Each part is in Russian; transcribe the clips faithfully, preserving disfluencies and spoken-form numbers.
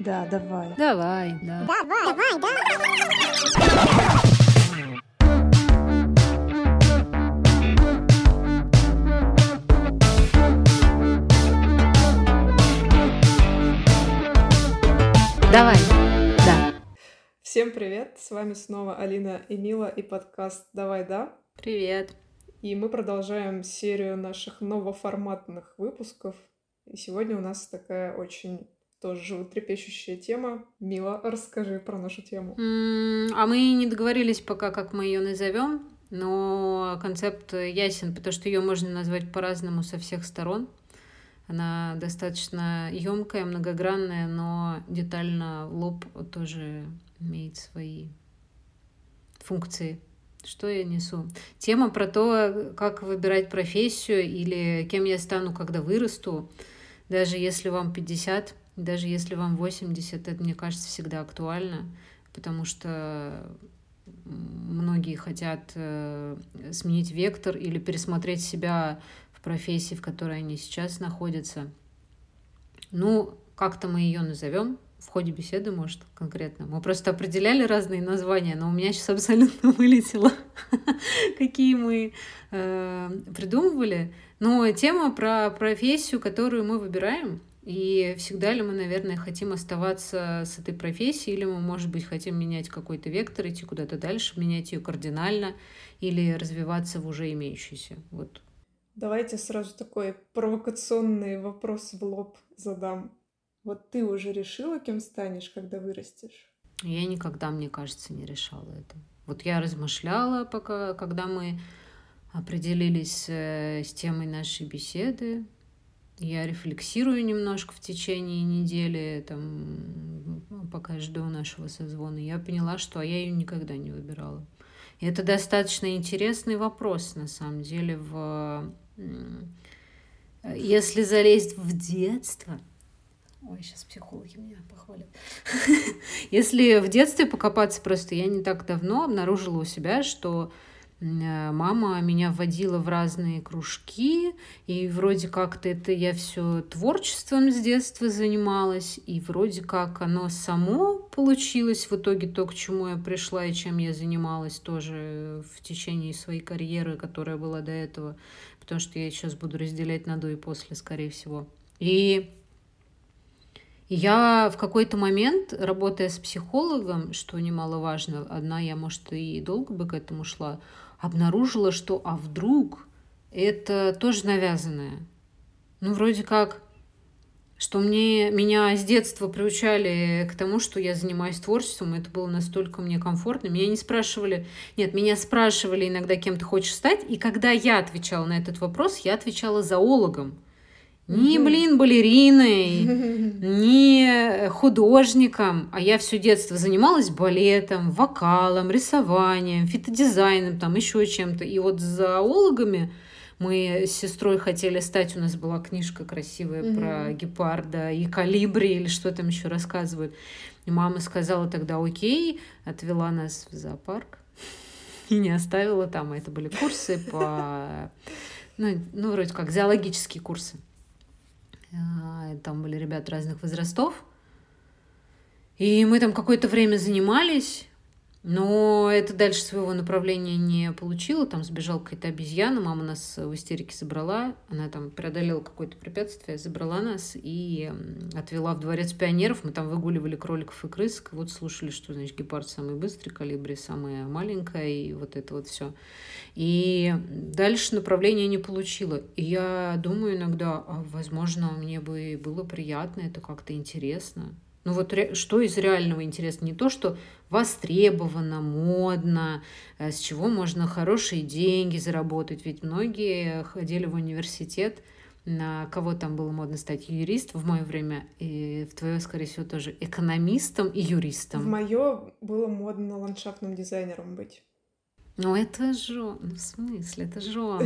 Да, давай. Давай, да. Давай, давай, да. Давай, да. Всем привет, с вами снова Алина и Мила и подкаст «Давай, да». Привет. И мы продолжаем серию наших новоформатных выпусков. И сегодня у нас такая очень тоже животрепещущая тема. Мила, расскажи про нашу тему. М, А мы не договорились пока, как мы ее назовем, но концепт ясен, потому что ее можно назвать по-разному со всех сторон. Она достаточно емкая, многогранная, но детально в лоб тоже имеет свои функции. Что я несу? Тема про то, как выбирать профессию или кем я стану, когда вырасту. Даже если вам пятьдесят, даже если вам восемьдесят, это, мне кажется, всегда актуально, потому что многие хотят э, сменить вектор или пересмотреть себя в профессии, в которой они сейчас находятся. Ну, как-то мы ее назовем в ходе беседы, может, конкретно. Мы просто определяли разные названия, но у меня сейчас абсолютно вылетело, какие мы э, придумывали. Но тема про профессию, которую мы выбираем, и всегда ли мы, наверное, хотим оставаться с этой профессией, или мы, может быть, хотим менять какой-то вектор, идти куда-то дальше, менять ее кардинально, или развиваться в уже имеющейся. Вот. Давайте сразу такой провокационный вопрос в лоб задам. Вот ты уже решила, кем станешь, когда вырастешь? Я никогда, мне кажется, не решала это. Вот я размышляла, пока, когда мы определились э, с темой нашей беседы. Я рефлексирую немножко в течение недели, там, пока жду нашего созвона. Я поняла, что я ее никогда не выбирала. И это достаточно интересный вопрос, на самом деле. В... Если залезть в детство... Ой, сейчас психологи меня похвалят. Если в детстве покопаться, просто я не так давно обнаружила у себя, что мама меня вводила в разные кружки, и вроде как-то это я все творчеством с детства занималась, и вроде как оно само получилось в итоге то, к чему я пришла и чем я занималась тоже в течение своей карьеры, которая была до этого, потому что я сейчас буду разделять на до и после, скорее всего. И я в какой-то момент, работая с психологом, что немаловажно, одна я, может, и долго бы к этому шла, обнаружила, что а вдруг это тоже навязанное. Ну, вроде как, что мне, меня с детства приучали к тому, что я занимаюсь творчеством, это было настолько мне комфортно. Меня не спрашивали, нет, меня спрашивали иногда, кем ты хочешь стать, и когда я отвечала на этот вопрос, я отвечала зоологом. Ни, блин, балериной, ни художником, а я все детство занималась балетом, вокалом, рисованием, фитодизайном, там еще чем-то. И вот с зоологами мы с сестрой хотели стать, у нас была книжка красивая mm-hmm. про гепарда и колибри, или что там еще рассказывают. И мама сказала тогда окей, отвела нас в зоопарк и не оставила там. Это были курсы по, ну, ну вроде как зоологические курсы. Там были ребята разных возрастов. И мы там какое-то время занимались, но это дальше своего направления не получило. Там сбежала какая-то обезьяна, мама нас в истерике забрала. Она там преодолела какое-то препятствие, забрала нас и отвела в дворец пионеров. Мы там выгуливали кроликов и крыс. Вот слушали, что значит гепард самый быстрый, колибри самая маленькая, и вот это вот все. И дальше направления не получила. И я думаю иногда, а, возможно, мне бы было приятно, это как-то интересно. Ну вот ре- что из реального интересно? Не то, что востребовано, модно, э, с чего можно хорошие деньги заработать. Ведь многие ходили в университет, на кого там было модно стать юристом в мое время, и в твое, скорее всего, тоже экономистом и юристом. В мое было модно ландшафтным дизайнером быть. Ну, это жен... Ну, в смысле, это жены.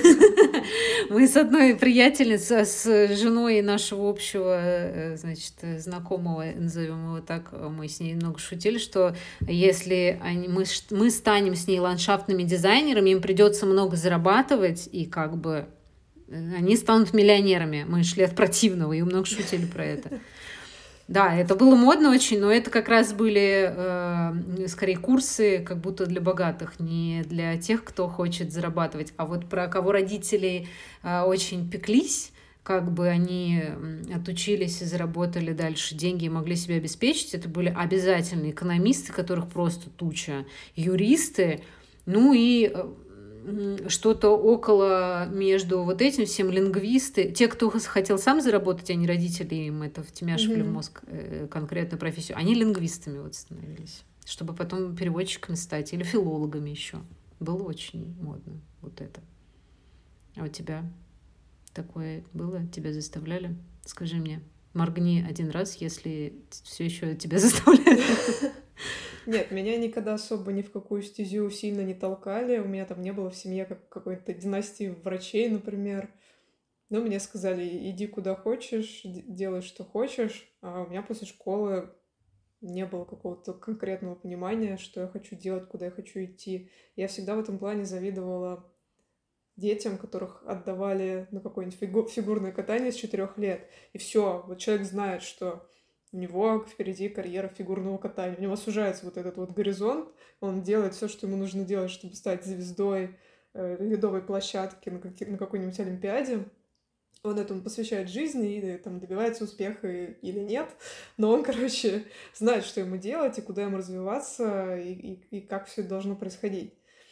Мы с одной приятельницей, с женой нашего общего, значит, знакомого, назовем его так, мы с ней много шутили, что если они, мы, мы станем с ней ландшафтными дизайнерами, им придется много зарабатывать, и как бы они станут миллионерами. Мы шли от противного, и много шутили про это. Да, это было модно очень, но это как раз были э, скорее курсы, как будто для богатых, не для тех, кто хочет зарабатывать. А вот про кого родители э, очень пеклись, как бы они м, отучились и заработали дальше деньги и могли себя обеспечить, это были обязательно экономисты, которых просто туча, юристы, ну и э, м, что-то около между вот этим всем лингвисты. Те, кто хос- хотел сам заработать, а не родители им это втемяшивали в Мгм. мозг э, конкретную профессию, они лингвистами вот становились, чтобы потом переводчиками стать или филологами еще. Было очень модно вот это. А у тебя такое было? Тебя заставляли? Скажи мне. Моргни один раз, если все еще тебя заставляют. Нет, меня никогда особо ни в какую стезю сильно не толкали. У меня там не было в семье как какой-то династии врачей, например. Но мне сказали, иди куда хочешь, д- делай что хочешь. А у меня после школы не было какого-то конкретного понимания, что я хочу делать, куда я хочу идти. Я всегда в этом плане завидовала детям, которых отдавали на какое-нибудь фигу- фигурное катание с четырех лет. И все, вот человек знает, что у него впереди карьера фигурного катания. У него сужается вот этот вот горизонт, он делает все, что ему нужно делать, чтобы стать звездой э, ледовой площадки на, каки- на какой-нибудь Олимпиаде. Он этому посвящает жизни и там добивается успеха и- или нет. Но он, короче, знает, что ему делать и куда ему развиваться, и, и, и как все должно происходить.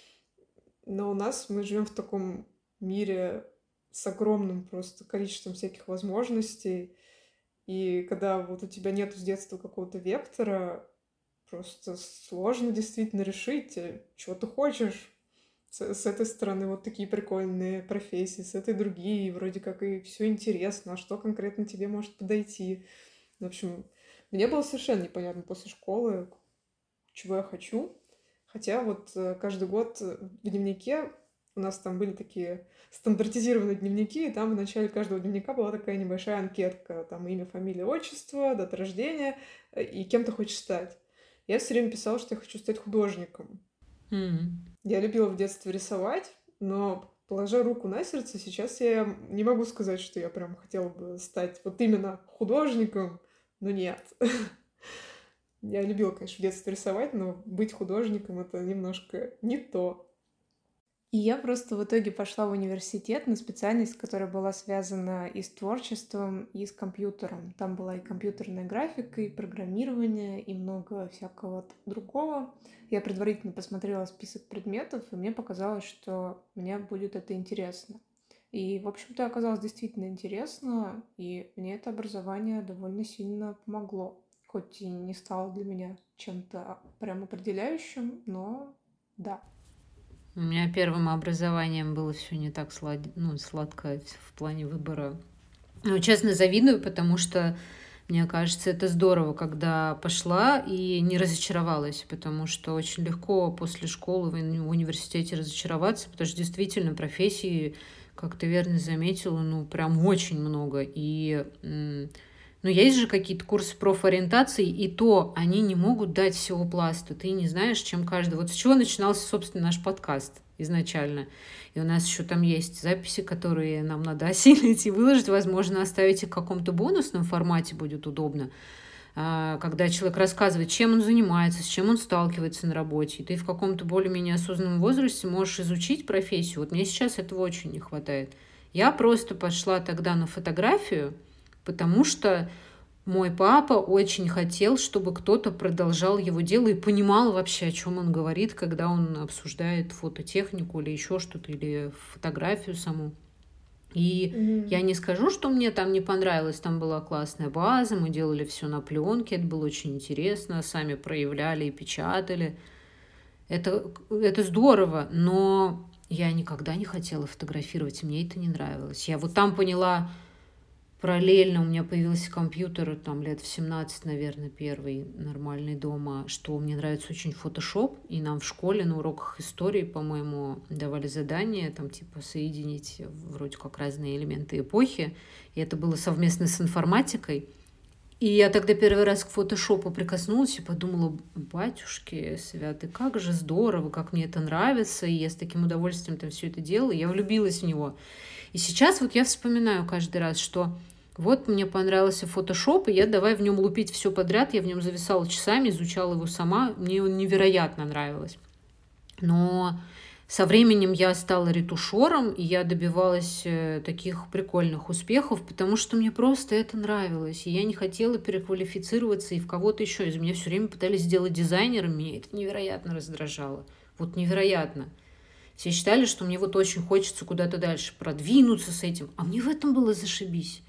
Но у нас мы живем в таком мире с огромным просто количеством всяких возможностей. И когда вот у тебя нет с детства какого-то вектора, просто сложно действительно решить, э, чего ты хочешь. С, с этой стороны вот такие прикольные профессии, с этой другие, вроде как и все интересно, а что конкретно тебе может подойти. В общем, мне было совершенно непонятно после школы, чего я хочу. Хотя вот э, каждый год э, в дневнике у нас там были такие стандартизированные дневники, и там в начале каждого дневника была такая небольшая анкетка, там имя, фамилия, отчество, дата рождения э, и кем ты хочешь стать. Я все время писала, что я хочу стать художником. М. Я любила в детстве рисовать, но, положа руку на сердце, сейчас я не могу сказать, что я прям хотела бы стать вот именно художником, но нет. Я любила, конечно, в детстве рисовать, но быть художником — это немножко не то. И я просто в итоге пошла в университет на специальность, которая была связана и с творчеством, и с компьютером. Там была и компьютерная графика, и программирование, и много всякого т- другого. Я предварительно посмотрела список предметов, и мне показалось, что мне будет это интересно. И, в общем-то, оказалось действительно интересно, и мне это образование довольно сильно помогло. Хоть и не стало для меня чем-то прям определяющим, но да. У меня первым образованием было все не так слад... ну, сладко в плане выбора. Ну, честно, завидую, потому что, мне кажется, это здорово, когда пошла и не разочаровалась, потому что очень легко после школы в уни- в университете разочароваться, потому что действительно профессии, как ты верно заметила, ну, прям очень много. И м, ну, есть же какие-то курсы профориентации, и то они не могут дать всего пласта. Ты не знаешь, чем каждый. Вот с чего начинался, собственно, наш подкаст изначально. И у нас еще там есть записи, которые нам надо осилить и выложить. Возможно, оставить их в каком-то бонусном формате будет удобно. А, когда человек рассказывает, чем он занимается, с чем он сталкивается на работе. И ты в каком-то более-менее осознанном возрасте можешь изучить профессию. Вот мне сейчас этого очень не хватает. Я просто пошла тогда на фотографию, потому что мой папа очень хотел, чтобы кто-то продолжал его дело и понимал вообще, о чем он говорит, когда он обсуждает фототехнику или еще что-то, или фотографию саму. И я Мгм. не скажу, что мне там не понравилось, там была классная база, мы делали все на пленке, это было очень интересно, сами проявляли и печатали. Это, это здорово, но я никогда не хотела фотографировать, мне это не нравилось. Я вот там поняла, параллельно у меня появился компьютер, там лет в семнадцать, наверное, первый нормальный дома, что мне нравится очень фотошоп, и нам в школе на уроках истории, по-моему, давали задание, там типа соединить вроде как разные элементы эпохи, и это было совместно с информатикой. И я тогда первый раз к фотошопу прикоснулась и подумала, батюшки святы, как же здорово, как мне это нравится, и я с таким удовольствием там все это делала, я влюбилась в него. И сейчас вот я вспоминаю каждый раз, что Вот мне понравился Photoshop, и я давай в нем лупить все подряд. Я в нем зависала часами, изучала его сама. Мне он невероятно нравилось. Но со временем я стала ретушером, и я добивалась э, таких прикольных успехов, потому что мне просто это нравилось. И я не хотела переквалифицироваться и в кого-то еще. Из меня все время пытались сделать дизайнером, меня это невероятно раздражало. Вот невероятно. Все считали, что мне вот очень хочется куда-то дальше продвинуться с этим, а мне в этом было зашибись.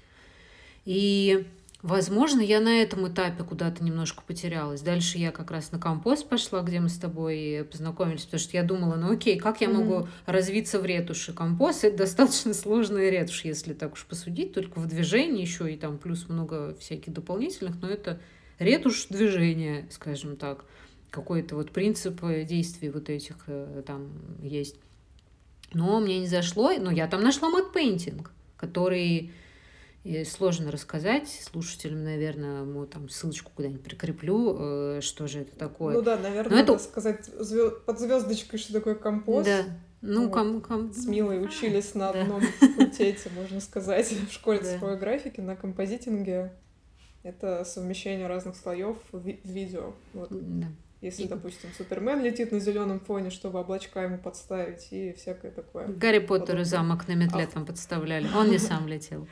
И, возможно, я на этом этапе куда-то немножко потерялась. Дальше я как раз на компост пошла, где мы с тобой познакомились, потому что я думала, ну окей, как я могу Мгм. развиться в ретуши? Компост — это достаточно сложная ретушь, если так уж посудить, только в движении еще и там плюс много всяких дополнительных, но это ретушь движения, скажем так. Какой-то вот принцип э, действий вот этих э, там есть. Но мне не зашло. Но я там нашла мат-пейнтинг, который и сложно рассказать слушателям, наверное, мы там ссылочку куда-нибудь прикреплю, э, что же это такое. Ну да, Но наверное, надо это, сказать звё- под звездочкой, что такое да, компост. ну, Вот. ком, ком- С Милой учились на да, одном факультете, можно сказать, в школе да, цифровой графики, на композитинге. Это совмещение разных слоев в ви- в видео. Вот. да. Если, И допустим, Супермен летит на зеленом фоне, чтобы облачка ему подставить и всякое такое Гарри Поттер и подобное. замок на метле А, там подставляли. Он не сам летел.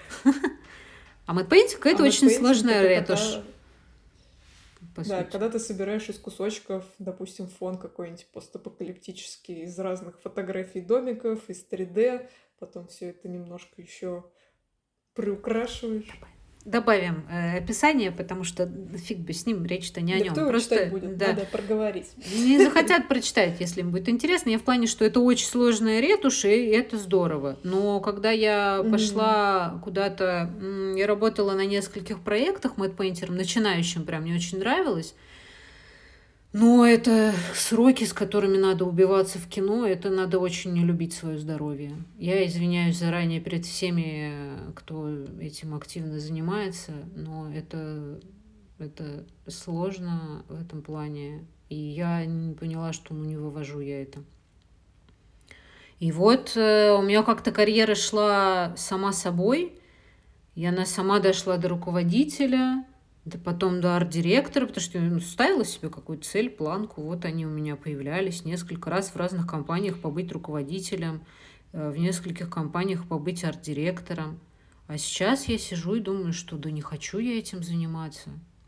А мат-пейнтинг — а это очень мэтт-пейнтинг — сложная это ретушь, когда, по да, сути. когда ты собираешь из кусочков, допустим, фон какой-нибудь постапокалиптический из разных фотографий домиков, из три дэ, потом все это немножко еще приукрашиваешь. Добавим э, описание, потому что фиг бы с ним, речь-то не о Да нем. кто его читать Просто, будет? да, Надо проговорить. не захотят прочитать, если им будет интересно. Я в плане, что это очень сложная ретушь, и это здорово. Но когда я Мгм. пошла куда-то, м, я работала на нескольких проектах мэтт-пейнтером, начинающим прям, мне очень нравилось. Но это сроки, с которыми надо убиваться в кино, это надо очень не любить свое здоровье. Я извиняюсь заранее перед всеми, э, кто этим активно занимается, но это, это сложно в этом плане. И я не поняла, что ну, не вывожу я это. И вот э, у меня как-то карьера шла сама собой. И она сама дошла до руководителя, да потом до арт-директора, потому что ну, ставила себе какую-то цель, планку. Вот они у меня появлялись несколько раз в разных компаниях побыть руководителем, э, в нескольких компаниях побыть арт-директором. А сейчас я сижу и думаю, что да не хочу я этим заниматься.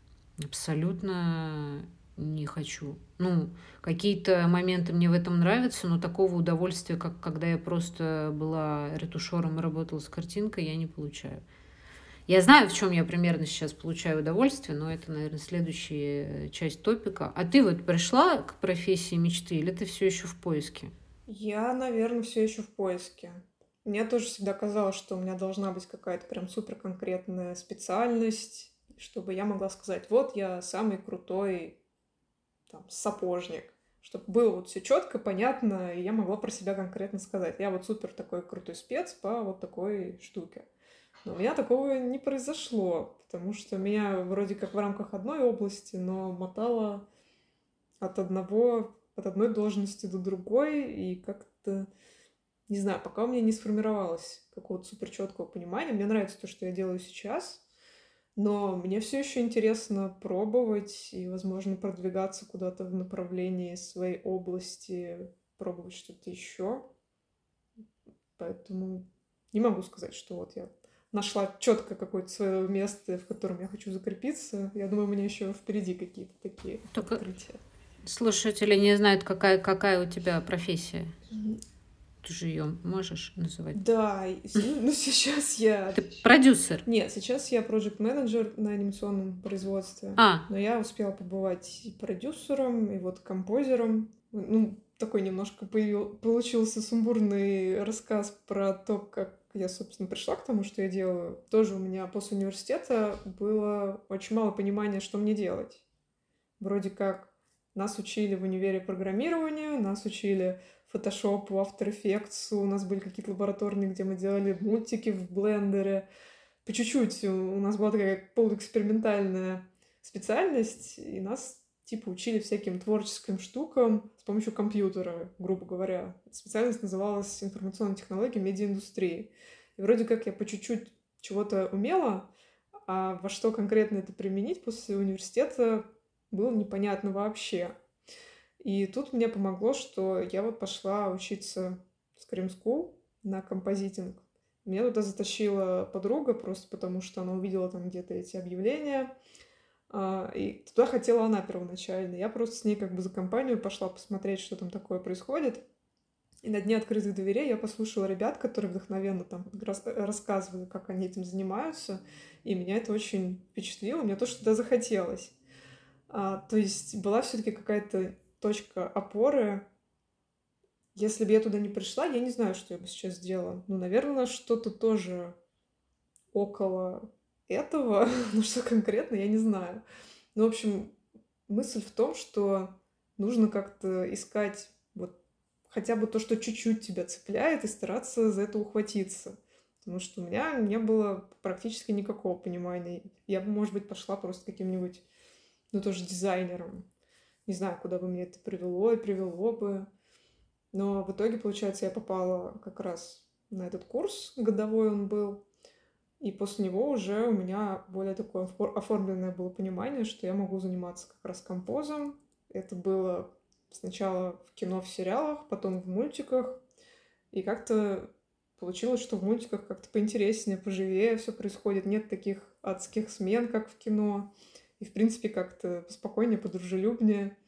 Абсолютно не хочу. Ну, какие-то моменты мне в этом нравятся, но такого удовольствия, как когда я просто была ретушером и работала с картинкой, я не получаю. Я знаю, в чем я примерно сейчас получаю удовольствие, но это, наверное, следующая часть топика. А ты вот пришла к профессии мечты или ты все еще в поиске? Я, наверное, все еще в поиске. Мне тоже всегда казалось, что у меня должна быть какая-то прям супер конкретная специальность, чтобы я могла сказать, вот я самый крутой там, сапожник, чтобы было вот все четко, понятно, и я могла про себя конкретно сказать. Я вот супер такой крутой спец по вот такой штуке. Но у меня такого не произошло, потому что меня вроде как в рамках одной области, но мотало от одного, от одной должности до другой, и как-то, не знаю, пока у меня не сформировалось какого-то супер четкого понимания. Мне нравится то, что я делаю сейчас, но мне все еще интересно пробовать и, возможно, продвигаться куда-то в направлении своей области, пробовать что-то еще. Поэтому не могу сказать, что вот я нашла четко какое-то свое место, в котором я хочу закрепиться. Я думаю, у меня еще впереди какие-то такие Только открытия. слушатели не знают, какая, какая у тебя профессия. Мгм. Ты же ее можешь называть. Да, и с- ну, ну, сейчас я... Ты продюсер. Нет, сейчас я проект-менеджер на анимационном производстве, А, но я успела побывать и продюсером, и вот композером. Ну, такой немножко появил- получился сумбурный рассказ про то, как я, собственно, пришла к тому, что я делаю. Тоже у меня после университета было очень мало понимания, что мне делать. Вроде как нас учили в универе программированию, нас учили Photoshop, After Effects, у нас были какие-то лабораторные, где мы делали мультики в блендере. По чуть-чуть у нас была такая полуэкспериментальная специальность, и нас типа учили всяким творческим штукам с помощью компьютера, грубо говоря. Эта специальность называлась информационные технологии медиаиндустрии. И вроде как я по чуть-чуть чего-то умела, а во что конкретно это применить после университета было непонятно вообще. И тут мне помогло, что я вот пошла учиться в Scream School на композитинг. Меня туда затащила подруга просто потому, что она увидела там где-то эти объявления. А, И туда хотела она первоначально. Я просто с ней как бы за компанию пошла посмотреть, что там такое происходит. И на дне открытых дверей я послушала ребят, которые вдохновенно там рас- рассказывали, как они этим занимаются. И меня это очень впечатлило. Мне тоже туда захотелось. А, то есть была все-таки какая-то точка опоры. Если бы я туда не пришла, я не знаю, что я бы сейчас сделала. Ну, наверное, что-то тоже около этого, но что конкретно, я не знаю. Ну, в общем, мысль в том, что нужно как-то искать вот хотя бы то, что чуть-чуть тебя цепляет, и стараться за это ухватиться. Потому что у меня не было практически никакого понимания. Я бы, может быть, пошла просто каким-нибудь, ну, тоже дизайнером. Не знаю, куда бы мне это привело и привело бы. Но в итоге, получается, я попала как раз на этот курс, годовой он был. И после него уже у меня более такое офор- оформленное было понимание, что я могу заниматься как раз композом. Это было сначала в кино, в сериалах, потом в мультиках. И как-то получилось, что в мультиках как-то поинтереснее, поживее все происходит. Нет таких адских смен, как в кино. И, в принципе, как-то спокойнее, подружелюбнее.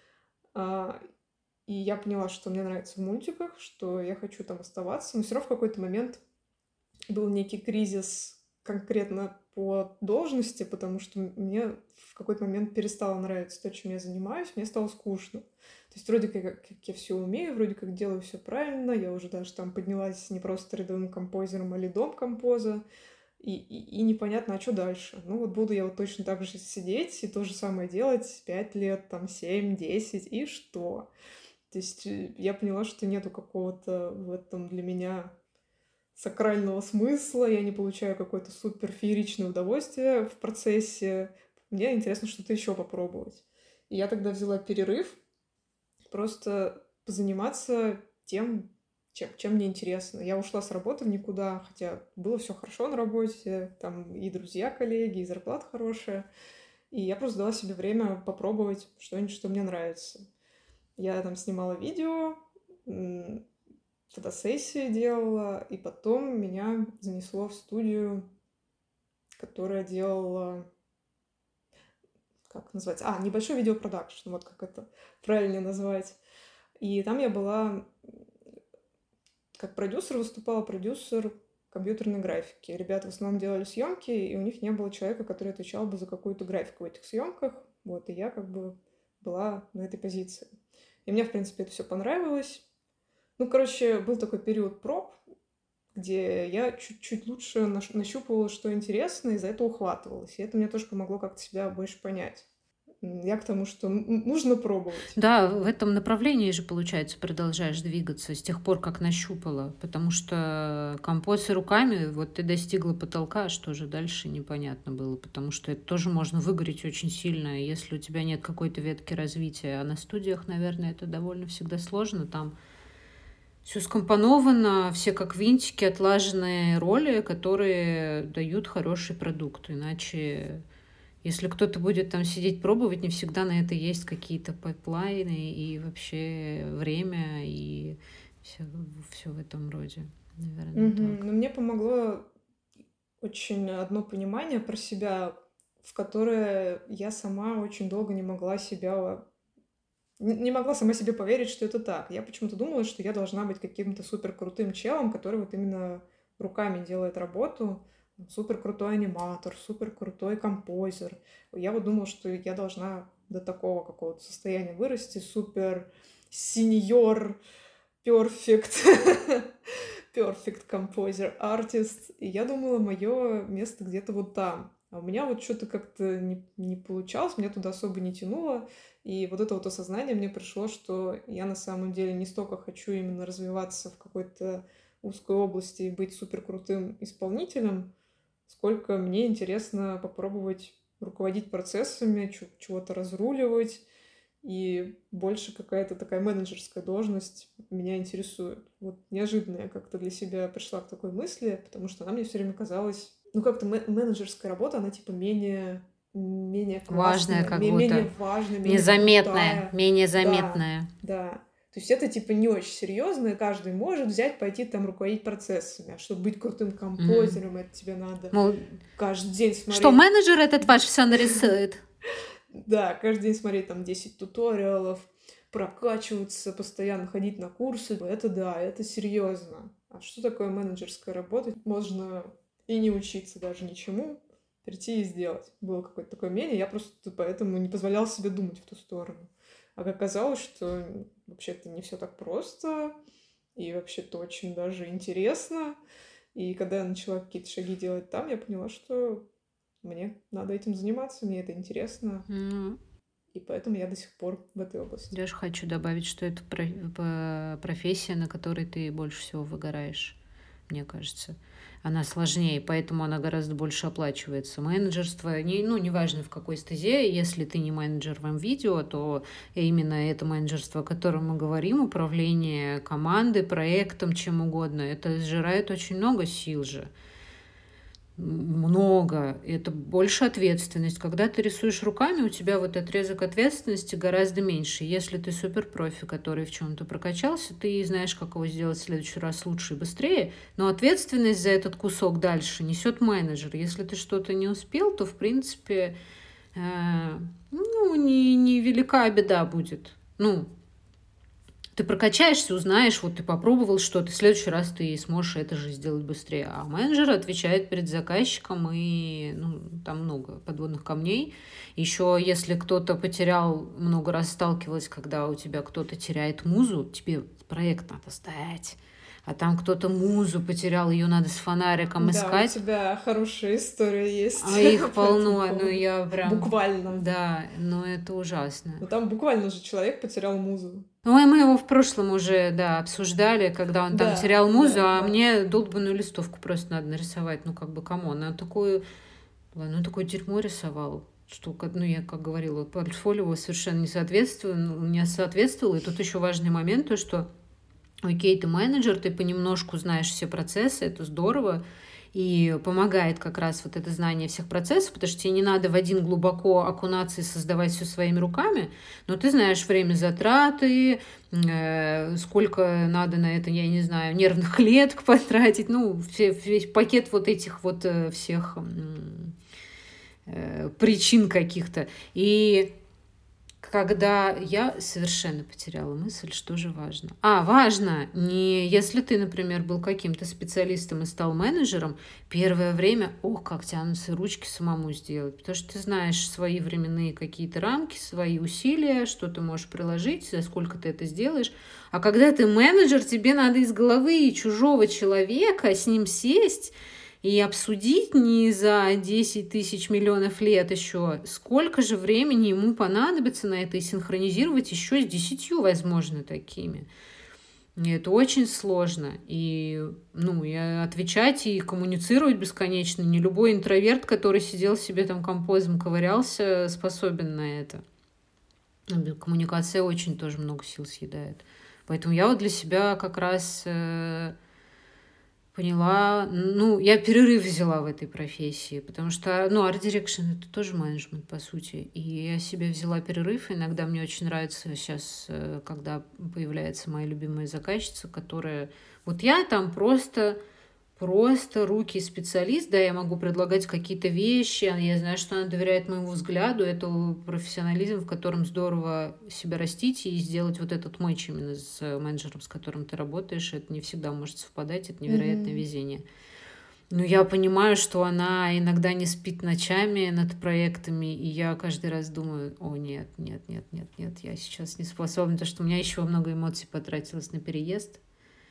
А, И я поняла, что мне нравится в мультиках, что я хочу там оставаться. Но все равно в какой-то момент был некий кризис конкретно по должности, потому что мне в какой-то момент перестало нравиться то, чем я занимаюсь, мне стало скучно. То есть вроде как, как я все умею, вроде как делаю все правильно, я уже даже там поднялась не просто рядовым композером, а лидом композа, и, и, и непонятно, а что дальше. Ну вот буду я вот точно так же сидеть и то же самое делать пять лет, там семь, десять, и что? То есть э, я поняла, что нету какого-то в этом для меня сакрального смысла, я не получаю какое-то супер фееричное удовольствие в процессе. Мне интересно что-то еще попробовать. И я тогда взяла перерыв, просто позаниматься тем, чем, чем мне интересно. Я ушла с работы в никуда, хотя было все хорошо на работе, там и друзья, коллеги, и зарплата хорошая. И я просто дала себе время попробовать что-нибудь, что мне нравится. Я там снимала видео, фотосессии делала, и потом меня занесло в студию, которая делала, как называется, а, небольшой видеопродакшн, вот как это правильно назвать. И там я была как продюсер, выступала продюсер компьютерной графики. Ребята в основном делали съемки, и у них не было человека, который отвечал бы за какую-то графику в этих съемках. Вот, и я как бы была на этой позиции. И мне, в принципе, это все понравилось. Ну, короче, был такой период проб, где я чуть-чуть лучше наш- нащупывала, что интересно, и за это ухватывалась. И это мне тоже помогло как-то себя больше понять. М, Я к тому, что н- н- нужно пробовать. Да, в этом направлении же, получается, продолжаешь двигаться с тех пор, как нащупала. Потому что композ и руками, вот ты достигла потолка, а что же дальше непонятно было. Потому что это тоже можно выгореть очень сильно, если у тебя нет какой-то ветки развития. А на студиях, наверное, это довольно всегда сложно. Там все скомпоновано, все как винтики, отлаженные роли, которые дают хороший продукт. Иначе, если кто-то будет там сидеть пробовать, не всегда на это есть какие-то пайплайны и вообще время и все, все в этом роде. Наверное, Мгм. так. Но мне помогло очень одно понимание про себя, в которое я сама очень долго не могла себя не не могла сама себе поверить, что это так. Я почему-то думала, что я должна быть каким-то супер крутым челом, который вот именно руками делает работу. Супер крутой аниматор, супер крутой композер. Я вот думала, что я должна до такого какого-то состояния вырасти. Супер сеньор, перфект, перфект композер, артист. И я думала, мое место где-то вот там. А у меня вот что-то как-то не, не получалось, меня туда особо не тянуло. И вот это вот осознание мне пришло, что я на самом деле не столько хочу именно развиваться в какой-то узкой области и быть супер крутым исполнителем, сколько мне интересно попробовать руководить процессами, чё- чего-то разруливать, и больше какая-то такая менеджерская должность меня интересует. Вот неожиданно я как-то для себя пришла к такой мысли, потому что она мне все время казалась ну, как-то ме- менеджерская работа, она типа менее, менее Важная классная, как ме- менее будто. важная, менее Незаметная, крутая. менее Да, заметная. да. То есть это типа не очень серьезно, и каждый может взять, пойти там руководить процессами. А чтобы быть крутым Мгм. композером, это тебе надо Мол, каждый день что смотреть. менеджер этот ваш все нарисует. Да, каждый день смотреть там десять туториалов, прокачиваться, постоянно ходить на курсы. Это да, это серьезно. А что такое менеджерская работа? Можно и не учиться даже ничему, прийти и сделать. Было какое-то такое мнение, я просто поэтому не позволяла себе думать в ту сторону. А как оказалось, что вообще-то не все так просто, и вообще-то очень даже интересно. И когда я начала какие-то шаги делать там, я поняла, что мне надо этим заниматься, мне это интересно, Ну, и поэтому я до сих пор в этой области. даже хочу добавить, что это про- по- профессия, на которой ты больше всего выгораешь, мне кажется. Она сложнее, поэтому она гораздо больше оплачивается. Менеджерство, не, ну, неважно в какой стезе, если ты не менеджер в видео, то именно это менеджерство, о котором мы говорим, управление командой, проектом, чем угодно, это сжирает очень много сил же. Много. Это больше ответственность. Когда ты рисуешь руками, у тебя вот отрезок ответственности гораздо меньше. Если ты суперпрофи, который в чем-то прокачался, ты знаешь, как его сделать в следующий раз лучше и быстрее, но ответственность за этот кусок дальше несет менеджер. Если ты что-то не успел, то, в принципе, э, ну, не, не велика беда будет. Ну, ты прокачаешься, узнаешь, вот ты попробовал что-то, в следующий раз ты сможешь это же сделать быстрее. А менеджер отвечает перед заказчиком, и ну, там много подводных камней. Еще если кто-то потерял, много раз сталкивалась, когда у тебя кто-то теряет музу, тебе проект надо сдать. А там кто-то музу потерял, ее надо с фонариком Да, у искать. тебя хорошая история есть А их по этому полно, ну поводу. я прям... Буквально. Да, ну это ужасно. Но там буквально же человек потерял музу. Ну, и мы его в прошлом уже, да, обсуждали, когда он там Да, терял музу, да, а да. мне долбанную листовку просто надо нарисовать, ну, как бы, камон. Он такую, ладно, он такое дерьмо рисовал, что, как- ну, я, как говорила, портфолио совершенно не соответствовало, ну, не соответствовало. И тут еще важный момент, то, что, окей, ты менеджер, ты понемножку знаешь все процессы, это здорово, и помогает как раз вот это знание всех процессов, потому что тебе не надо в один глубоко окунаться и создавать все своими руками, но ты знаешь время затраты, э, сколько надо на это, я не знаю, нервных клеток потратить, ну, все, весь пакет вот этих вот э, всех м, э, причин каких-то. И когда я совершенно потеряла мысль, что же важно. А, важно, не если ты, например, был каким-то специалистом и стал менеджером, первое время, ох, как тянутся ручки самому сделать, потому что ты знаешь свои временные какие-то рамки, свои усилия, что ты можешь приложить, за сколько ты это сделаешь. А когда ты менеджер, тебе надо из головы чужого человека с ним сесть и обсудить не за десять тысяч миллионов лет еще, сколько же времени ему понадобится на это, и синхронизировать еще с десятью, возможно, такими. И это очень сложно. И, ну, и отвечать и коммуницировать бесконечно. Не любой интроверт, который сидел себе там композом, ковырялся, способен на это. Коммуникация очень тоже много сил съедает. Поэтому я вот для себя как раз э, поняла, ну, я перерыв взяла в этой профессии, потому что, ну, арт-дирекшн это тоже менеджмент, по сути. И я себе взяла перерыв. Иногда мне очень нравится сейчас, э, когда появляется моя любимая заказчица, которая... Вот я там просто Просто руки специалист, да, я могу предлагать какие-то вещи, а я знаю, что она доверяет моему взгляду, это профессионализм, в котором здорово себя растить и сделать вот этот матч именно с менеджером, с которым ты работаешь, это не всегда может совпадать, это невероятное Мгм. везение. Но я понимаю, что она иногда не спит ночами над проектами, и я каждый раз думаю, о, нет, нет, нет, нет, нет, я сейчас не способна, потому что у меня еще много эмоций потратилось на переезд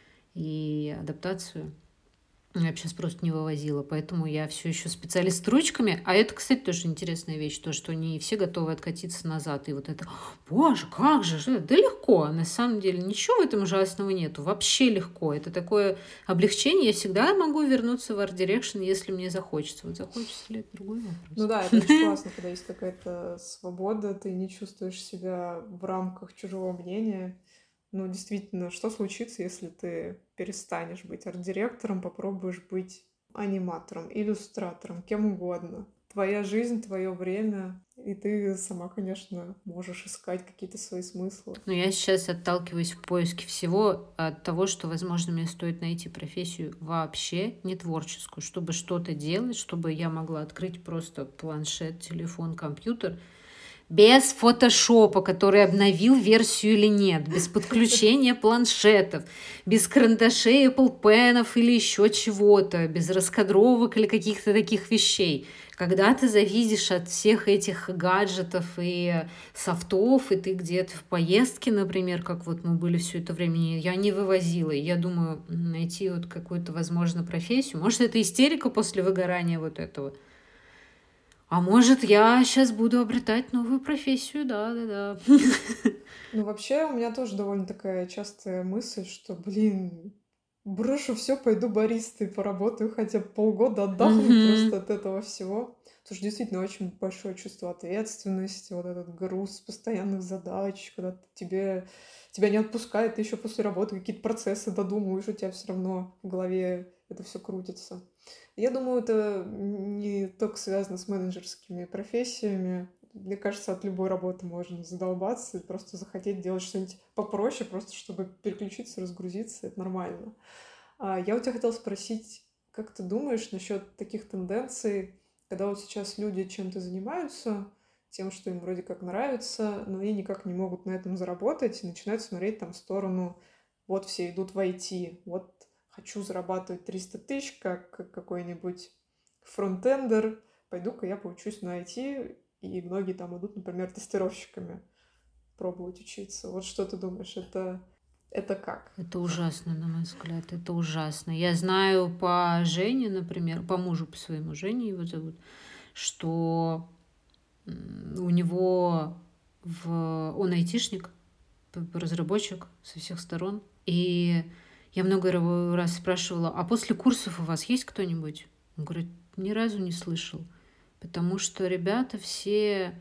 и адаптацию. Я бы сейчас просто не вывозила, поэтому я все еще специалист с ручками. А это, кстати, тоже интересная вещь, то, что не все готовы откатиться назад. И вот это, боже, как же, же, да легко. А на самом деле ничего в этом ужасного нету, вообще легко. Это такое облегчение. Я всегда могу вернуться в Art Direction, если мне захочется. Вот захочется ли, это другой Ну вопрос. да, это очень классно, когда есть какая-то свобода, ты не чувствуешь себя в рамках чужого мнения. Ну, действительно, что случится, если ты перестанешь быть арт-директором, попробуешь быть аниматором, иллюстратором, кем угодно. Твоя жизнь, твое время, и ты сама, конечно, можешь искать какие-то свои смыслы. Но я сейчас отталкиваюсь в поиске всего от того, что, возможно, мне стоит найти профессию вообще не творческую, чтобы что-то делать, чтобы я могла открыть просто планшет, телефон, компьютер без фотошопа, который обновил версию или нет, без подключения планшетов, без карандашей, Apple Pen'ов или еще чего-то, без раскадровок или каких-то таких вещей. Когда ты зависишь от всех этих гаджетов и софтов, и ты где-то в поездке, например, как вот мы были все это время, я не вывозила. И я думаю, найти вот какую-то, возможно, профессию. Может, это истерика после выгорания вот этого. А может, я сейчас буду обретать новую профессию, да-да-да. Ну, вообще, у меня тоже довольно такая частая мысль, что, блин, брошу все, пойду баристой поработаю хотя бы полгода, отдохну просто от этого всего. Потому что действительно очень большое чувство ответственности, вот этот груз постоянных задач, когда тебе, тебя не отпускает, ты еще после работы какие-то процессы додумываешь, у тебя все равно в голове это все крутится. Я думаю, это не только связано с менеджерскими профессиями. Мне кажется, от любой работы можно задолбаться и просто захотеть делать что-нибудь попроще, просто чтобы переключиться, разгрузиться. Это нормально. А я у тебя хотела спросить, как ты думаешь насчет таких тенденций, когда вот сейчас люди чем-то занимаются, тем, что им вроде как нравится, но они никак не могут на этом заработать и начинают смотреть там в сторону, вот все идут в ай ти, вот хочу зарабатывать триста тысяч, как какой-нибудь фронтендер, пойду-ка я поучусь на ай ти, и многие там идут, например, тестировщиками пробовать учиться. Вот что ты думаешь, это, это как? Это ужасно, на мой взгляд, это ужасно. Я знаю по Жене, например, по мужу, по своему Жене его зовут, что у него в... он айтишник, разработчик со всех сторон, и я много раз спрашивала, а после курсов у вас есть кто-нибудь? Он говорит, ни разу не слышал. Потому что ребята все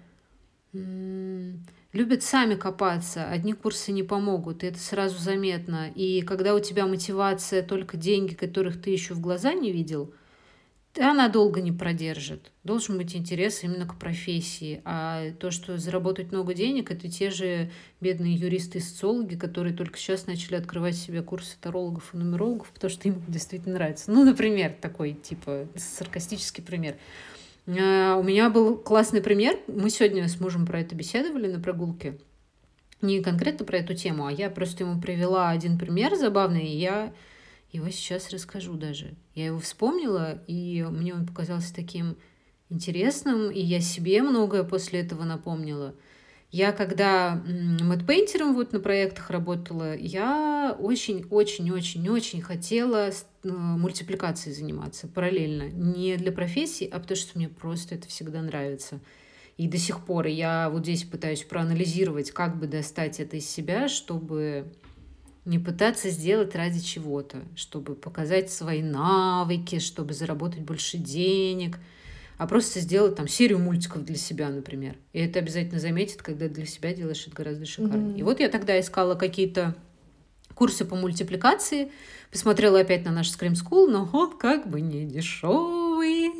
м- любят сами копаться. Одни курсы не помогут, и это сразу заметно. И когда у тебя мотивация только деньги, которых ты еще в глаза не видел, она долго не продержит. Должен быть интерес именно к профессии. А то, что заработать много денег, это те же бедные юристы и социологи, которые только сейчас начали открывать себе курсы тарологов и нумерологов, потому что им действительно нравится. Ну, например, такой, типа, саркастический пример. У меня был классный пример. Мы сегодня с мужем про это беседовали на прогулке. Не конкретно про эту тему, а я просто ему привела один пример забавный, и я его сейчас расскажу даже. Я его вспомнила, и мне он показался таким интересным, и я себе многое после этого напомнила. Я когда мэтт-пейнтером вот на проектах работала, я очень-очень-очень-очень хотела мультипликацией заниматься параллельно. Не для профессии, а потому что мне просто это всегда нравится. И до сих пор я вот здесь пытаюсь проанализировать, как бы достать это из себя, чтобы не пытаться сделать ради чего-то, чтобы показать свои навыки, чтобы заработать больше денег, а просто сделать там серию мультиков для себя, например. И это обязательно заметит, когда для себя делаешь это гораздо шикарнее. Mm-hmm. И вот я тогда искала какие-то курсы по мультипликации, посмотрела опять на наш Scream School, но он как бы не дешевый.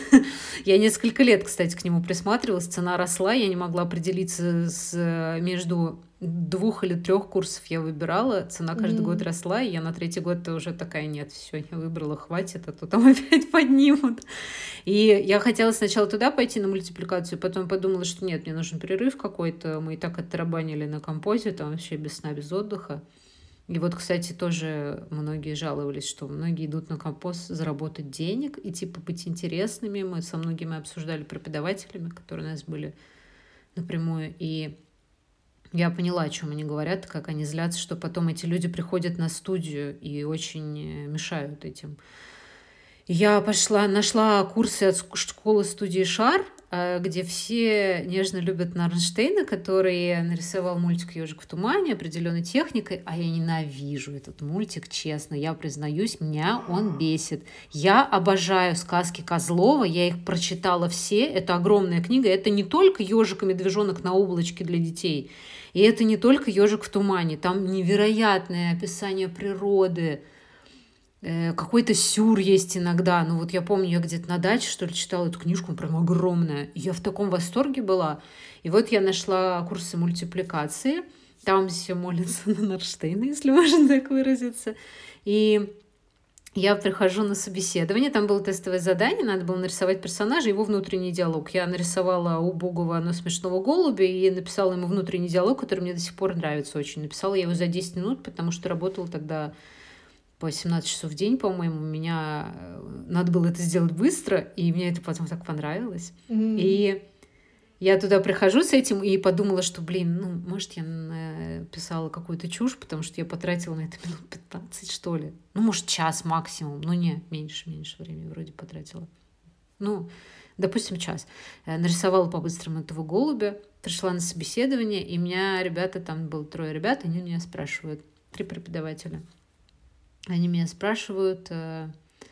Я несколько лет, кстати, к нему присматривалась, цена росла, я не могла определиться с, между двух или трех курсов я выбирала, цена каждый mm-hmm. год росла, и я на третий год уже такая, нет, все, я выбрала, хватит, а то там опять поднимут. И я хотела сначала туда пойти на мультипликацию, потом подумала, что нет, мне нужен перерыв какой-то, мы и так оттарабанили на композе, там вообще без сна, без отдыха. И вот, кстати, тоже многие жаловались, что многие идут на композ заработать денег и типа быть интересными. Мы со многими обсуждали преподавателями, которые у нас были напрямую, и я поняла, о чем они говорят, как они злятся, что потом эти люди приходят на студию и очень мешают этим. Я пошла, нашла курсы от школы студии «Шар», где все нежно любят Нарнштейна, который нарисовал мультик «Ежик в тумане» определенной техникой, а я ненавижу этот мультик, честно, я признаюсь, меня он бесит. Я обожаю сказки Козлова, я их прочитала все, это огромная книга, это не только «Ежик и медвежонок на облачке» для детей, и это не только «Ежик в тумане», там невероятное описание природы, Э, Какой-то сюр есть иногда. Ну вот я помню, я где-то на даче, что ли, читала эту книжку, прям огромная. И я в таком восторге была. И вот я нашла курсы мультипликации. Там все молятся на Норштейна, если можно так выразиться. И я прихожу на собеседование, там было тестовое задание, надо было нарисовать персонажа, его внутренний диалог. Я нарисовала убогого, но смешного голубя и написала ему внутренний диалог, который мне до сих пор нравится очень. Написала я его за десять минут, потому что работала тогда по семнадцать часов в день, по-моему. Меня э, надо было это сделать быстро, и мне это потом так понравилось. Мгм. И я туда прихожу с этим и подумала, что, блин, ну, может, я написала какую-то чушь, потому что я потратила на это минут пятнадцать, что ли. Ну, может, час максимум. Ну, не, меньше, меньше времени вроде потратила. Ну, допустим, час. Э, Нарисовала по-быстрому этого голубя, пришла на собеседование, и меня ребята, там было трое ребят, они меня спрашивают, три преподавателя. Они меня спрашивают, э,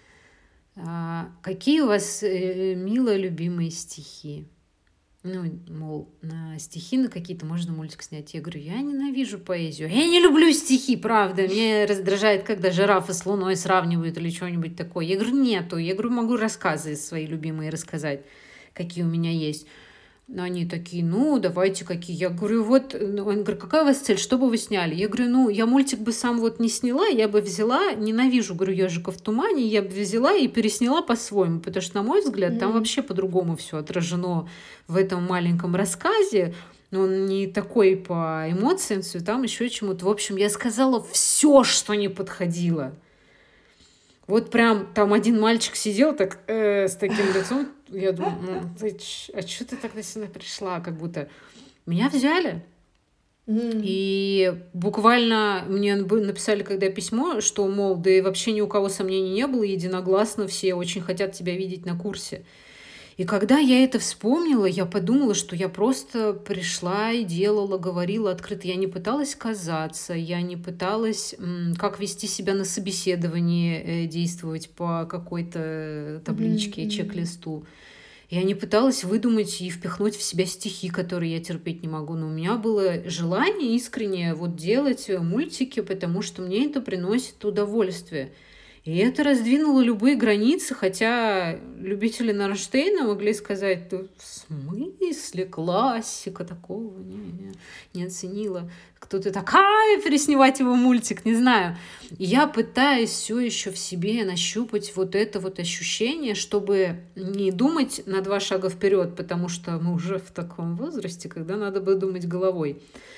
а, какие у вас э, мило любимые стихи? Ну, мол, на стихи на какие-то можно мультик снять. Я говорю, я ненавижу поэзию. Я не люблю стихи, правда. Мне раздражает, когда жирафа с луной сравнивают или что-нибудь такое. Я говорю, нету. Я говорю, могу рассказы свои любимые рассказать, какие у меня есть. Но они такие, ну, давайте какие. Я говорю, вот, ну, он говорит, какая у вас цель, что бы вы сняли? Я говорю, ну, я мультик бы сам вот не сняла, я бы взяла, ненавижу, говорю, ежика в тумане, я бы взяла и пересняла по-своему, потому что, на мой взгляд, там Мгм. вообще по-другому все отражено в этом маленьком рассказе. Он не такой по эмоциям, цветам, еще чему-то. В общем, я сказала все, что не подходило. Вот прям там один мальчик сидел так э, с таким лицом. Я думаю, «Ну, ты ч- а что ты тогда сюда пришла? Как будто меня взяли. Мгм. И буквально мне б- написали, когда письмо, что, мол, да и вообще ни у кого сомнений не было, единогласно все очень хотят тебя видеть на курсе. И когда я это вспомнила, я подумала, что я просто пришла и делала, говорила открыто. Я не пыталась казаться, я не пыталась, м, как вести себя на собеседовании, э, действовать по какой-то Мгм. табличке, Мгм. чек-листу. Я не пыталась выдумать и впихнуть в себя стихи, которые я терпеть не могу. Но у меня было желание искренне вот делать э, мультики, потому что мне это приносит удовольствие. И это раздвинуло любые границы, хотя любители Норнштейна могли сказать, да в смысле классика, такого не, не, не оценила. Кто-то такая переснимать его мультик, не знаю. И я пытаюсь все еще в себе нащупать вот это вот ощущение, чтобы не думать на два шага вперед, потому что мы уже в таком возрасте, когда надо бы думать головой.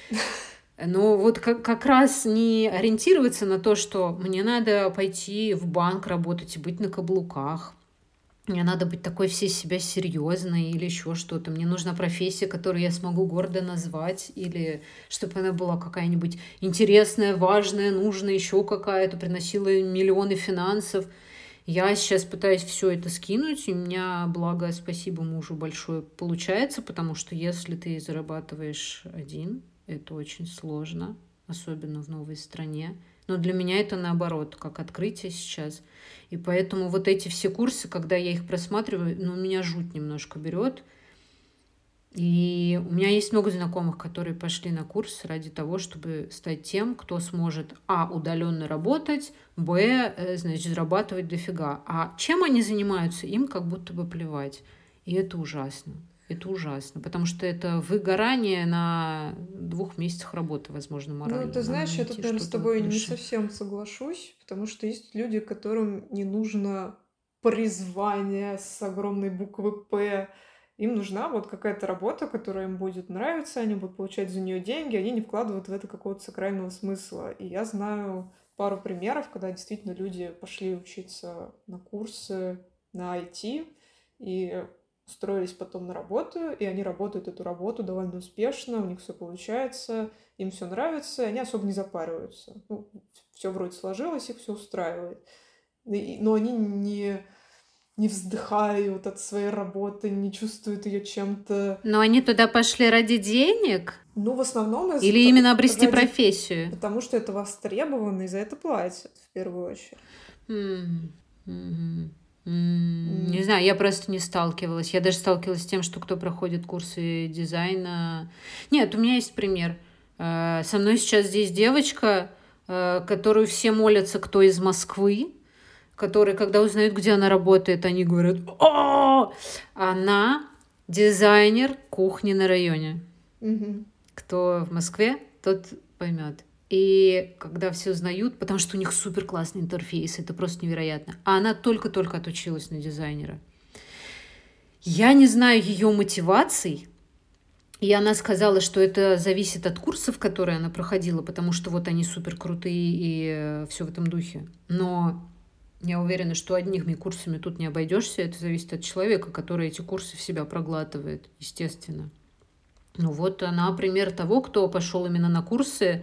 Но вот как, как раз не ориентироваться на то, что мне надо пойти в банк работать и быть на каблуках. Мне надо быть такой всей себя серьезной или еще что-то. Мне нужна профессия, которую я смогу гордо назвать, или чтобы она была какая-нибудь интересная, важная, нужная, еще какая-то, приносила миллионы финансов. Я сейчас пытаюсь все это скинуть, и у меня, благо, спасибо мужу большое, получается, потому что если ты зарабатываешь один, это очень сложно, особенно в новой стране. Но для меня это наоборот, как открытие сейчас. И поэтому вот эти все курсы, когда я их просматриваю, ну, меня жуть немножко берет. И у меня есть много знакомых, которые пошли на курс ради того, чтобы стать тем, кто сможет, а, удаленно работать, б, э, значит, зарабатывать дофига. А чем они занимаются, им как будто бы плевать. И это ужасно. Это ужасно, потому что это выгорание на двух месяцах работы, возможно, Ну, морально. ты Надо знаешь, я тут, найти наверное, с что-то тобой не выше. совсем соглашусь, потому что есть люди, которым не нужно призвание с огромной буквы «П». Им нужна вот какая-то работа, которая им будет нравиться, они будут получать за нее деньги, они не вкладывают в это какого-то сакрального смысла. И я знаю пару примеров, когда действительно люди пошли учиться на курсы на ай ти и устроились потом на работу, и они работают эту работу довольно успешно, у них все получается, им все нравится, и они особо не запариваются. Ну, все вроде сложилось, их все устраивает. И- но они не, не вздыхают от своей работы, не чувствуют ее чем-то. Но они туда пошли ради денег Ну, в основном из- или именно обрести ради... профессию? потому что это востребовано, и за это платят в первую очередь. М, мгм. М, Не М. знаю, я просто не сталкивалась. Я даже сталкивалась с тем, что кто проходит курсы дизайна. Нет, у меня есть пример. Э, Со мной сейчас здесь девочка, э, которую все молятся, кто из Москвы. которые, когда узнают, где она работает, они говорят: «О, она дизайнер кухни на районе». Мгм. Кто в Москве, тот поймет. И когда все узнают, потому что у них супер классный интерфейс, это просто невероятно. А она только-только отучилась на дизайнера. Я не знаю ее мотиваций, и она сказала, что это зависит от курсов, которые она проходила, потому что вот они супер крутые и все в этом духе. Но я уверена, что одними курсами тут не обойдешься. Это зависит от человека, который эти курсы в себя проглатывает, естественно. Ну вот она пример того, кто пошел именно на курсы.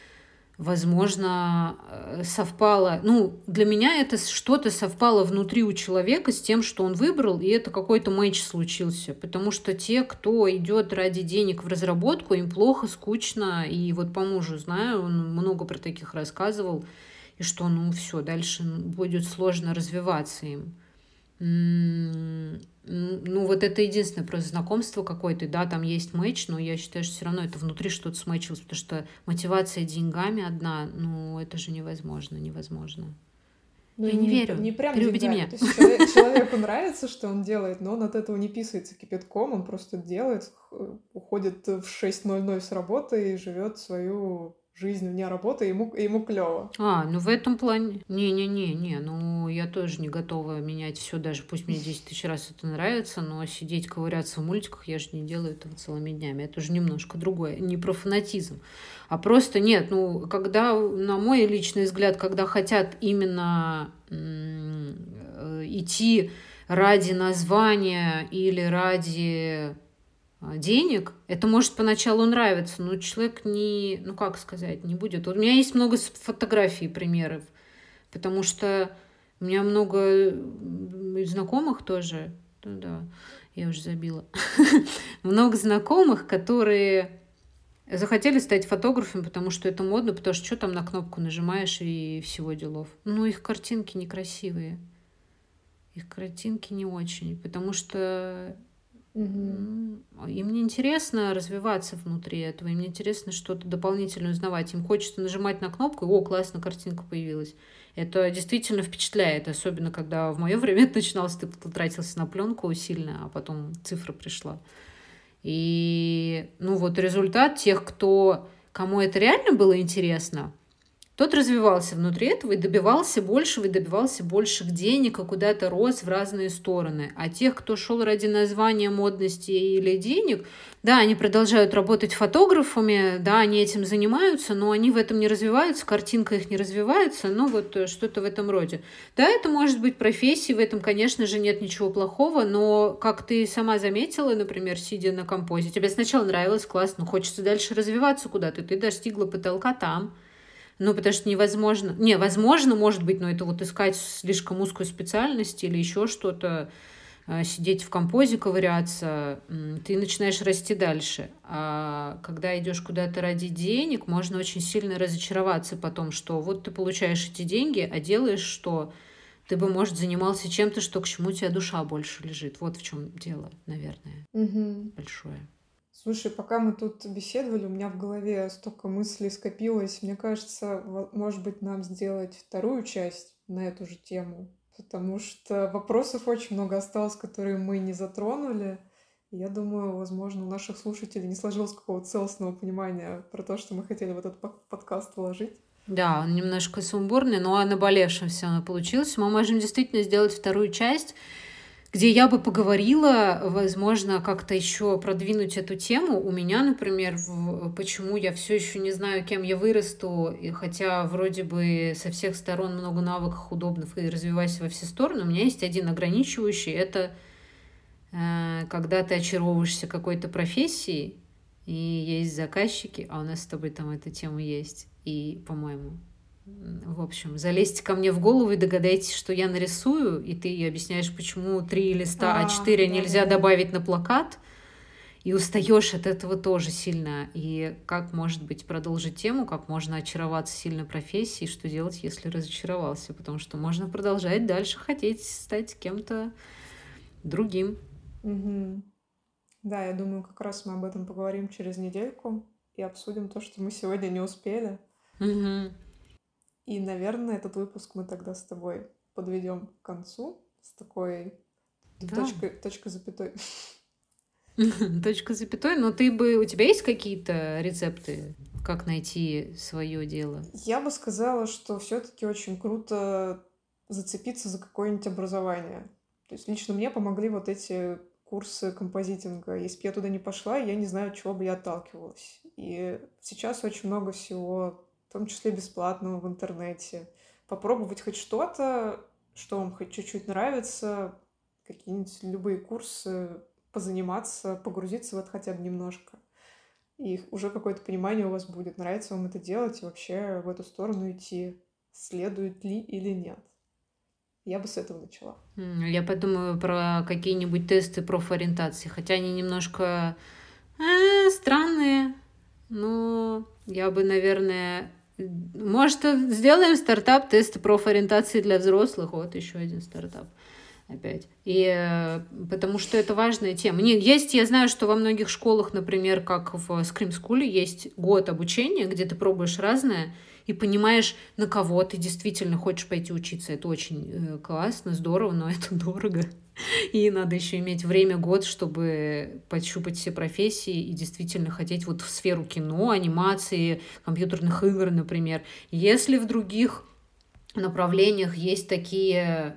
Возможно, э, совпало. Ну, для меня это с- что-то совпало внутри у человека с тем, что он выбрал, и это какой-то матч случился. Потому что те, кто идет ради денег в разработку, им плохо, скучно. И вот по мужу знаю, он много про таких рассказывал, и что, ну, все, дальше будет сложно развиваться им. М, Ну, вот это единственное, просто знакомство какое-то, да, там есть матч, но я считаю, что все равно это внутри что-то смэчилось, потому что мотивация деньгами одна, ну, это же невозможно, невозможно. Ну, Я не не, п- верю. не прям Переубеди деньгами. меня. То есть человек- человеку нравится, что он делает, но он от этого не писается кипятком, он просто делает, х- уходит в шесть ноль ноль с работы и живет свою жизнь вне работы, ему, ему клево. А, ну в этом плане... Не-не-не-не, ну я тоже не готова менять все, даже пусть мне десять тысяч раз это нравится, но сидеть ковыряться в мультиках я же не делаю этого целыми днями. Это уже немножко другое, не про фанатизм. А просто нет, ну когда, на мой личный взгляд, когда хотят именно м, э, идти ради названия или ради а, денег, это может поначалу нравиться, но человек не, ну как сказать, не будет. Вот у меня есть много с- фотографий, примеров, потому что у меня много м, и знакомых тоже, ну да, я уже забила, много знакомых, которые захотели стать фотографами, потому что это модно, потому что что там на кнопку нажимаешь и всего делов. Ну, их картинки некрасивые, их картинки не очень, потому что Мгм. М, им не интересно развиваться внутри этого, им не интересно что-то дополнительно узнавать. Им хочется нажимать на кнопку, и о, классно, картинка появилась. Это действительно впечатляет, особенно когда в мое время это начиналось, ты тратился на пленку сильно, а потом цифра пришла. И ну вот результат тех, кто, кому это реально было интересно, тот развивался внутри этого и добивался большего, и добивался больших денег, и куда-то рос в разные стороны. А тех, кто шел ради названия, модности или денег, да, они продолжают работать фотографами, да, они этим занимаются, но они в этом не развиваются, картинка их не развивается, ну вот э, что-то в этом роде. Да, это может быть профессией, в этом, конечно же, нет ничего плохого, но, как ты сама заметила, например, сидя на композе, тебе сначала нравилось, классно, но хочется дальше развиваться куда-то, ты достигла потолка там, ну, потому что невозможно... Не, возможно, может быть, но это вот искать слишком узкую специальность или еще что-то, а, сидеть в композе, ковыряться, м, ты начинаешь расти дальше. А когда идешь куда-то ради денег, можно очень сильно разочароваться потом, что вот ты получаешь эти деньги, а делаешь что? Ты бы, может, занимался чем-то, что к чему у тебя душа больше лежит. Вот в чем дело, наверное, Мгм. большое. Слушай, пока мы тут беседовали, у меня в голове столько мыслей скопилось. Мне кажется, во- может быть, нам сделать вторую часть на эту же тему, потому что вопросов очень много осталось, которые мы не затронули. И я думаю, возможно, у наших слушателей не сложилось какого-то целостного понимания про то, что мы хотели в этот по- подкаст вложить. Да, он немножко сумбурный, но о наболевшем все равно получилось. Мы можем действительно сделать вторую часть, где я бы поговорила, возможно, как-то еще продвинуть эту тему. У меня, например, в- почему я все еще не знаю, кем я вырасту, и хотя вроде бы со всех сторон много навыков удобных и развивайся во все стороны, у меня есть один ограничивающий, это э, когда ты очаровываешься какой-то профессией, и есть заказчики, а у нас с тобой там эта тема есть, и, по-моему, м, в общем, залезьте ко мне в голову и догадайтесь, что я нарисую, и ты объясняешь, почему три листа а А, четыре нельзя да-да-да. добавить на плакат, и устаешь от этого тоже сильно. И как, может быть, продолжить тему, как можно очароваться сильно профессией, что делать, если разочаровался, потому что можно продолжать дальше хотеть стать кем-то другим. Мгм. Да, я думаю, как раз мы об этом поговорим через недельку и обсудим то, что мы сегодня не успели. Мгм. И, наверное, этот выпуск мы тогда с тобой подведем к концу с такой Да. точкой, точкой запятой. Точка запятой. Но ты бы... У тебя есть какие-то рецепты, как найти свое дело? Я бы сказала, что все-таки очень круто зацепиться за какое-нибудь образование. То есть лично мне помогли вот эти курсы композитинга. Если бы я туда не пошла, я не знаю, от чего бы я отталкивалась. И сейчас очень много всего, в том числе бесплатного в интернете. Попробовать хоть что-то, что вам хоть чуть-чуть нравится, какие-нибудь любые курсы, позаниматься, погрузиться в это хотя бы немножко. И уже какое-то понимание у вас будет, нравится вам это делать и вообще в эту сторону идти, следует ли или нет. Я бы с этого начала. М, Я подумаю про какие-нибудь тесты профориентации, хотя они немножко э, странные. Но я бы, наверное... Может, сделаем стартап тесты профориентации для взрослых. Вот еще один стартап. Опять. И э, потому что это важная тема. Нет, есть, я знаю, что во многих школах, например, как в Scream School, есть год обучения, где ты пробуешь разное и понимаешь, на кого ты действительно хочешь пойти учиться. Это очень э, классно, здорово, но это дорого. И надо еще иметь время, год, чтобы пощупать все профессии и действительно хотеть вот в сферу кино, анимации, компьютерных игр, например. Если в других направлениях есть такие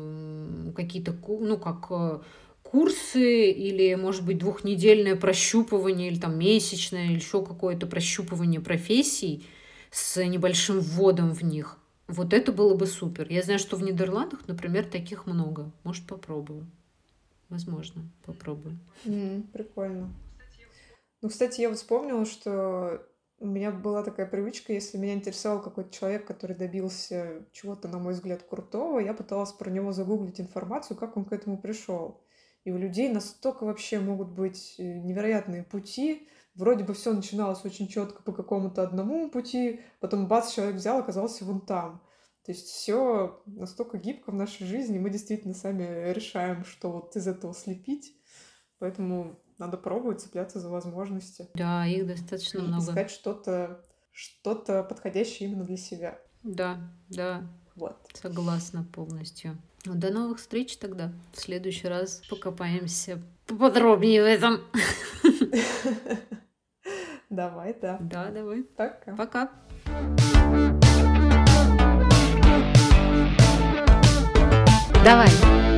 м, какие-то, ку- ну, как э, курсы или, может быть, двухнедельное прощупывание или там месячное, или еще какое-то прощупывание профессий с небольшим вводом в них. Вот это было бы супер. Я знаю, что в Нидерландах, например, таких много. Может, попробую. Возможно, попробую. М, прикольно. Ну, кстати, я вот вспомнила, что у меня была такая привычка, если меня интересовал какой-то человек, который добился чего-то, на мой взгляд, крутого, я пыталась про него загуглить информацию, как он к этому пришел. И у людей настолько вообще могут быть э, невероятные пути. Вроде бы все начиналось очень четко по какому-то одному пути, потом бац, человек взял, оказался вон там. То есть все настолько гибко в нашей жизни, мы действительно сами решаем, что вот из этого слепить. Поэтому надо пробовать цепляться за возможности Да, их достаточно и много. искать что-то, что-то подходящее именно для себя. Да, да, Вот. согласна полностью. Ну, до новых встреч тогда. В следующий раз покопаемся поподробнее в этом. Давай, да. Да, давай. Пока. Пока. Давай.